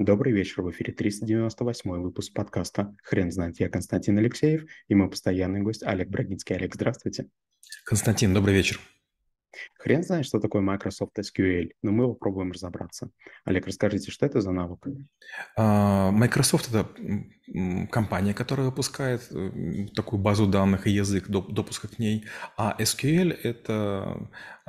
Добрый вечер, в эфире 398 выпуск подкаста «Хрен знает». Я Константин Алексеев и мой постоянный гость Олег Брагинский. Олег, здравствуйте. Константин, добрый вечер. Хрен знает, что такое Microsoft SQL, но мы попробуем разобраться. Олег, расскажите, что это за навык? Microsoft – это компания, которая выпускает такую базу данных и язык допуска к ней, а SQL – это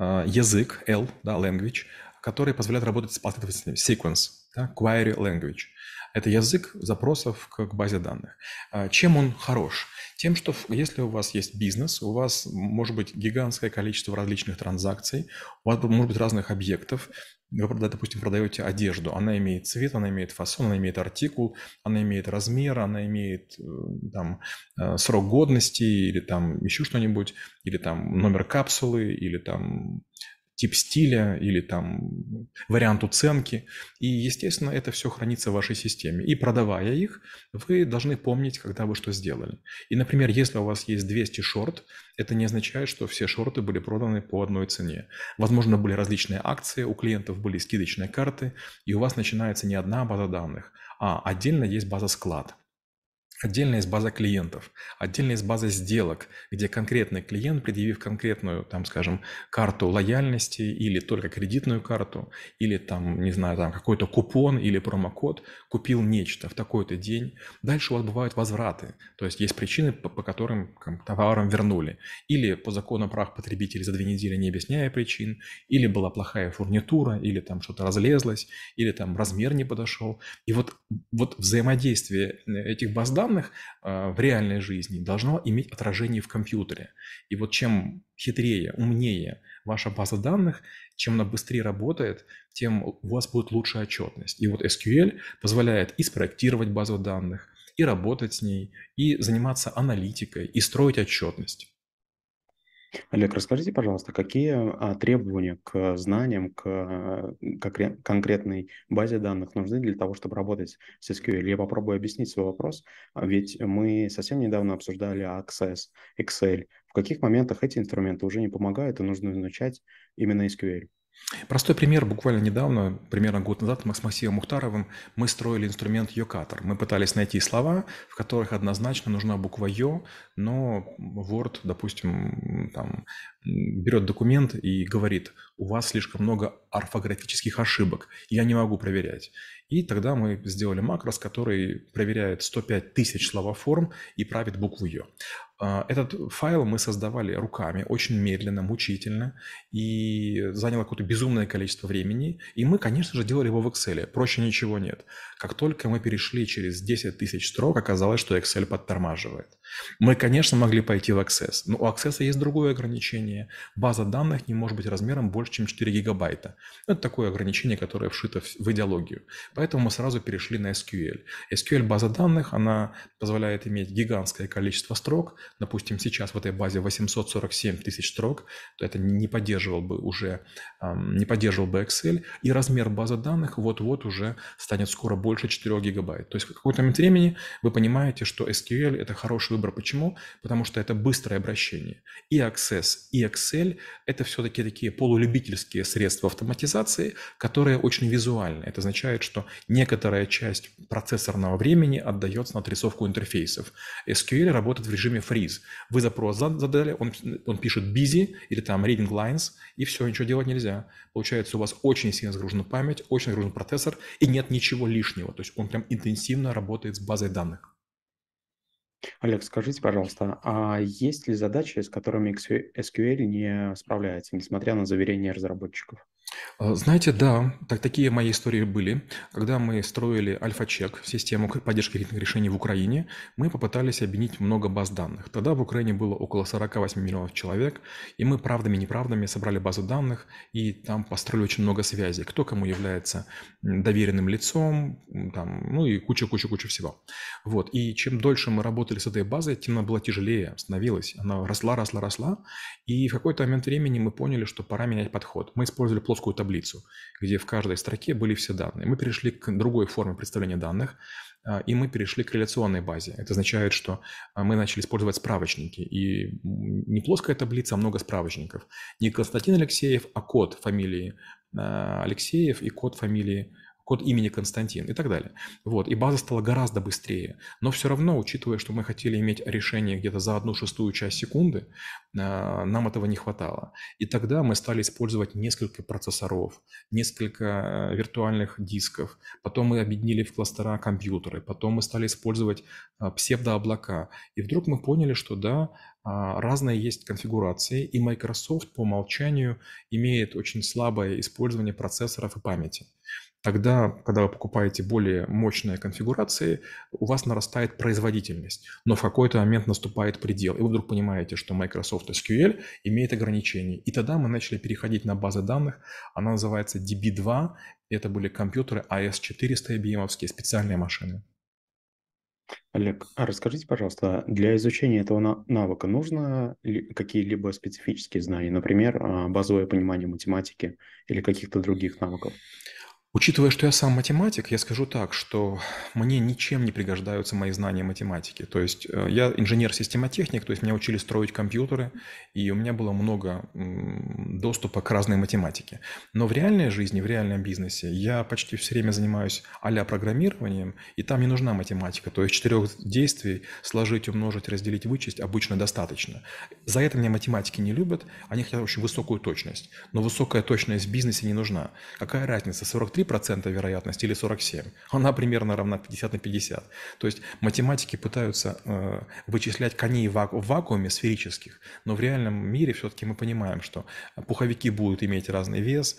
язык, L, да, language, который позволяет работать с последовательностью, sequence, да, query language. Это язык запросов к базе данных. Чем он хорош? Тем, что если у вас есть бизнес, у вас может быть гигантское количество различных транзакций, у вас может быть разных объектов. Вы, допустим, продаете одежду, она имеет цвет, она имеет фасон, она имеет артикул, она имеет размер, она имеет там, срок годности или там еще что-нибудь, или там номер капсулы, или там тип стиля, или там вариант уценки. И, естественно, это все хранится в вашей системе. И продавая их, вы должны помнить, когда вы что сделали. И, например, если у вас есть 200 шорт, это не означает, что все шорты были проданы по одной цене. Возможно, были различные акции, у клиентов были скидочные карты, и у вас начинается не одна база данных, а отдельно есть база склад. Отдельно есть база клиентов, отдельно есть база сделок, где конкретный клиент, предъявив конкретную, там, скажем, карту лояльности или только кредитную карту, или там, не знаю, там какой-то купон или промокод, купил нечто в такой-то день. Дальше у вас бывают возвраты, то есть есть причины, по которым товаром вернули. Или по закону прав потребителей за 2 недели не объясняя причин, или была плохая фурнитура, или там что-то разлезлось, или там размер не подошел. И вот взаимодействие этих баз данных в реальной жизни должно иметь отражение в компьютере. И вот чем хитрее, умнее ваша база данных, чем она быстрее работает, тем у вас будет лучшая отчетность. И вот SQL позволяет и спроектировать базу данных, и работать с ней, и заниматься аналитикой, и строить отчетность. Олег, расскажите, пожалуйста, какие требования к знаниям, к конкретной базе данных нужны для того, чтобы работать с SQL? Я попробую объяснить свой вопрос, ведь мы совсем недавно обсуждали Access, Excel. В каких моментах эти инструменты уже не помогают, и нужно изучать именно SQL? Простой пример. Буквально недавно, примерно год назад, мы с Максимом Мухтаровым, мы строили инструмент Йокатор. Мы пытались найти слова, в которых однозначно нужна буква Ё, но Word, допустим, там, берет документ и говорит: у вас слишком много орфографических ошибок, я не могу проверять. И тогда мы сделали макрос, который проверяет 105 тысяч словоформ и правит букву Ё. Этот файл мы создавали руками, очень медленно, мучительно, и заняло какое-то безумное количество времени. И мы, конечно же, делали его в Excel. Проще ничего нет. Как только мы перешли через 10 тысяч строк, оказалось, что Excel подтормаживает. Мы, конечно, могли пойти в Access, но у Access есть другое ограничение. База данных не может быть размером больше, чем 4 гигабайта. Это такое ограничение, которое вшито в идеологию. Поэтому мы сразу перешли на SQL. SQL-база данных, она позволяет иметь гигантское количество строк. Допустим, сейчас в этой базе 847 тысяч строк, то это не поддерживал бы Excel, и размер базы данных вот-вот уже станет скоро больше 4 гигабайт. То есть в какой-то момент времени вы понимаете, что SQL – это хороший выбор. Почему? Потому что это быстрое обращение. И Access, и Excel – это все-таки такие полулюбительские средства автоматизации, которые очень визуальны. Это означает, что некоторая часть процессорного времени отдается на отрисовку интерфейсов. SQL работает в режиме freeze. Вы запрос задали, он пишет busy или там reading lines, и все, ничего делать нельзя. Получается, у вас очень сильно загружена память, очень загружен процессор, и нет ничего лишнего. То есть он прям интенсивно работает с базой данных. Олег, скажите, пожалуйста, а есть ли задачи, с которыми SQL не справляется, несмотря на заверения разработчиков? Знаете, да, такие мои истории были. Когда мы строили Альфа-чек, систему поддержки кредитных решений в Украине, мы попытались объединить много баз данных. Тогда в Украине было около 48 миллионов человек, и мы правдами и неправдами собрали базу данных, и там построили очень много связей, кто кому является доверенным лицом, там, ну и куча-куча-куча всего. Вот. И чем дольше мы работали с этой базой, тем она была тяжелее становилась. Она росла, росла, росла, и в какой-то момент времени мы поняли, что пора менять подход. Мы использовали плоскую таблицу, где в каждой строке были все данные. Мы перешли к другой форме представления данных, и мы перешли к реляционной базе. Это означает, что мы начали использовать справочники. И не плоская таблица, а много справочников. Не Константин Алексеев, а код фамилии Алексеев и код фамилии код имени Константин и так далее. Вот, и база стала гораздо быстрее. Но все равно, учитывая, что мы хотели иметь решение где-то за 1/6 секунды, нам этого не хватало. И тогда мы стали использовать несколько процессоров, несколько виртуальных дисков, потом мы объединили в кластера компьютеры, потом мы стали использовать псевдооблака. И вдруг мы поняли, что да, разные есть конфигурации, и Microsoft по умолчанию имеет очень слабое использование процессоров и памяти. Тогда, когда вы покупаете более мощные конфигурации, у вас нарастает производительность, но в какой-то момент наступает предел, и вы вдруг понимаете, что Microsoft SQL имеет ограничения. И тогда мы начали переходить на базы данных, она называется DB2, это были компьютеры AS400 IBM-овские, специальные машины. Олег, а расскажите, пожалуйста, для изучения этого навыка нужно какие-либо специфические знания, например, базовое понимание математики или каких-то других навыков? Учитывая, что я сам математик, я скажу так, что мне ничем не пригождаются мои знания математики. То есть я инженер-системотехник, то есть меня учили строить компьютеры, и у меня было много доступа к разной математике. Но в реальной жизни, в реальном бизнесе я почти все время занимаюсь а-ля программированием, и там не нужна математика. То есть 4 действий сложить, умножить, разделить, вычесть обычно достаточно. За это меня математики не любят, они хотят очень высокую точность. Но высокая точность в бизнесе не нужна. Какая разница, 43% вероятность или 47%? Она примерно равна 50/50. То есть математики пытаются вычислять коней в вакууме сферических, но в реальном мире все-таки мы понимаем, что пуховики будут иметь разный вес,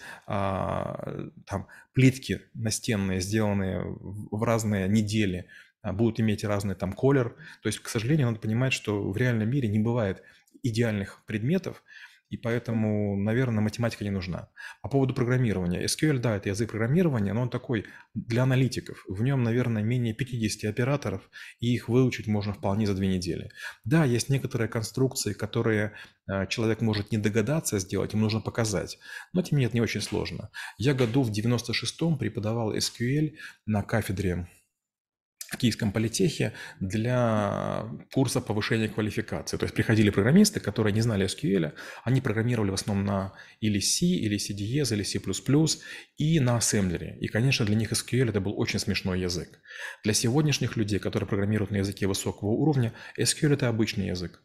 там плитки настенные, сделанные в разные недели, будут иметь разный там колер. То есть, к сожалению, надо понимать, что в реальном мире не бывает идеальных предметов, и поэтому, наверное, математика не нужна. По поводу программирования. SQL, да, это язык программирования, но он такой для аналитиков. В нем, наверное, менее 50 операторов, и их выучить можно вполне за 2 недели. Да, есть некоторые конструкции, которые человек может не догадаться сделать, ему нужно показать. Но, тем не менее, это не очень сложно. Я году в 96-м преподавал SQL на кафедре в Киевском политехе для курса повышения квалификации. То есть приходили программисты, которые не знали SQL, они программировали в основном на или C, или CDS, или C++, и на ассемблере. И, конечно, для них SQL это был очень смешной язык. Для сегодняшних людей, которые программируют на языке высокого уровня, SQL это обычный язык.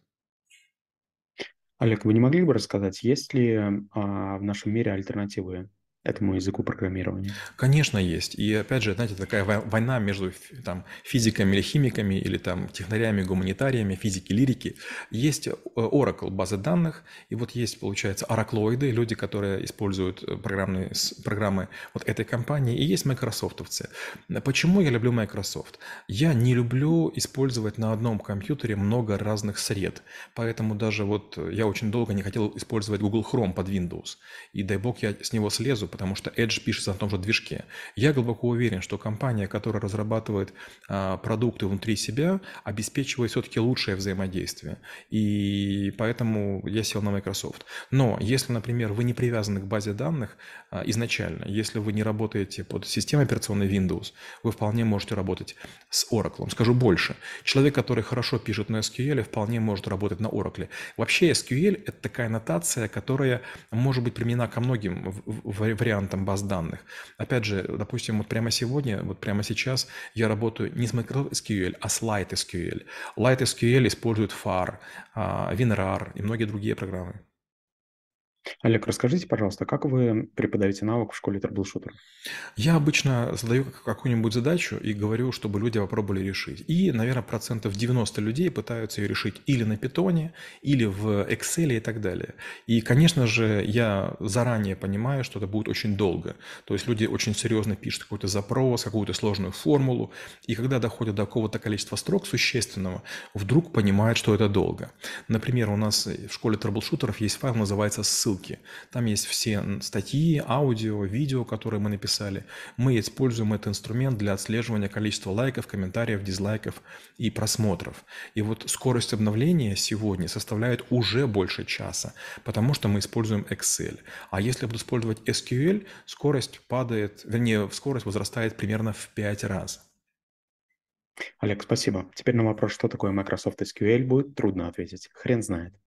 Олег, вы не могли бы рассказать, есть ли в нашем мире альтернативы этому языку программирования? Конечно, есть. И опять же, знаете, такая война между там, физиками или химиками, или там технарями, гуманитариями, физики, лирики. Есть Oracle, базы данных, и вот есть, получается, ораклоиды, люди, которые используют программы вот этой компании, и есть майкрософтовцы. Почему я люблю Microsoft? Я не люблю использовать на одном компьютере много разных сред, поэтому даже вот я очень долго не хотел использовать Google Chrome под Windows, и дай бог я с него слезу, потому что Edge пишется на том же движке. Я глубоко уверен, что компания, которая разрабатывает продукты внутри себя, обеспечивает все-таки лучшее взаимодействие. И поэтому я сел на Microsoft. Но если, например, вы не привязаны к базе данных изначально, если вы не работаете под системой операционной Windows, вы вполне можете работать с Oracle. Скажу больше. Человек, который хорошо пишет на SQL, вполне может работать на Oracle. Вообще SQL – это такая нотация, которая может быть применена ко многим вариантам баз данных. Опять же, допустим, вот прямо сегодня, вот прямо сейчас я работаю не с Microsoft SQL, а с Light SQL. Light SQL использует FAR, WinRAR и многие другие программы. Олег, расскажите, пожалуйста, как вы преподаете навык в школе трэблшутеров? Я обычно задаю какую-нибудь задачу и говорю, чтобы люди попробовали решить. И, наверное, процентов 90 людей пытаются ее решить или на питоне, или в Excel и так далее. И, конечно же, я заранее понимаю, что это будет очень долго. То есть люди очень серьезно пишут какой-то запрос, какую-то сложную формулу, и когда доходят до какого-то количества строк существенного, вдруг понимают, что это долго. Например, у нас в школе трэблшутеров есть файл, называется «Ссылки». Там есть все статьи, аудио, видео, которые мы написали. Мы используем этот инструмент для отслеживания количества лайков, комментариев, дизлайков и просмотров. И вот скорость обновления сегодня составляет уже больше часа, потому что мы используем Excel. А если я буду использовать SQL, скорость падает, вернее, скорость возрастает примерно в 5 раз. Олег, спасибо. Теперь на вопрос, что такое Microsoft SQL, будет трудно ответить. Хрен знает.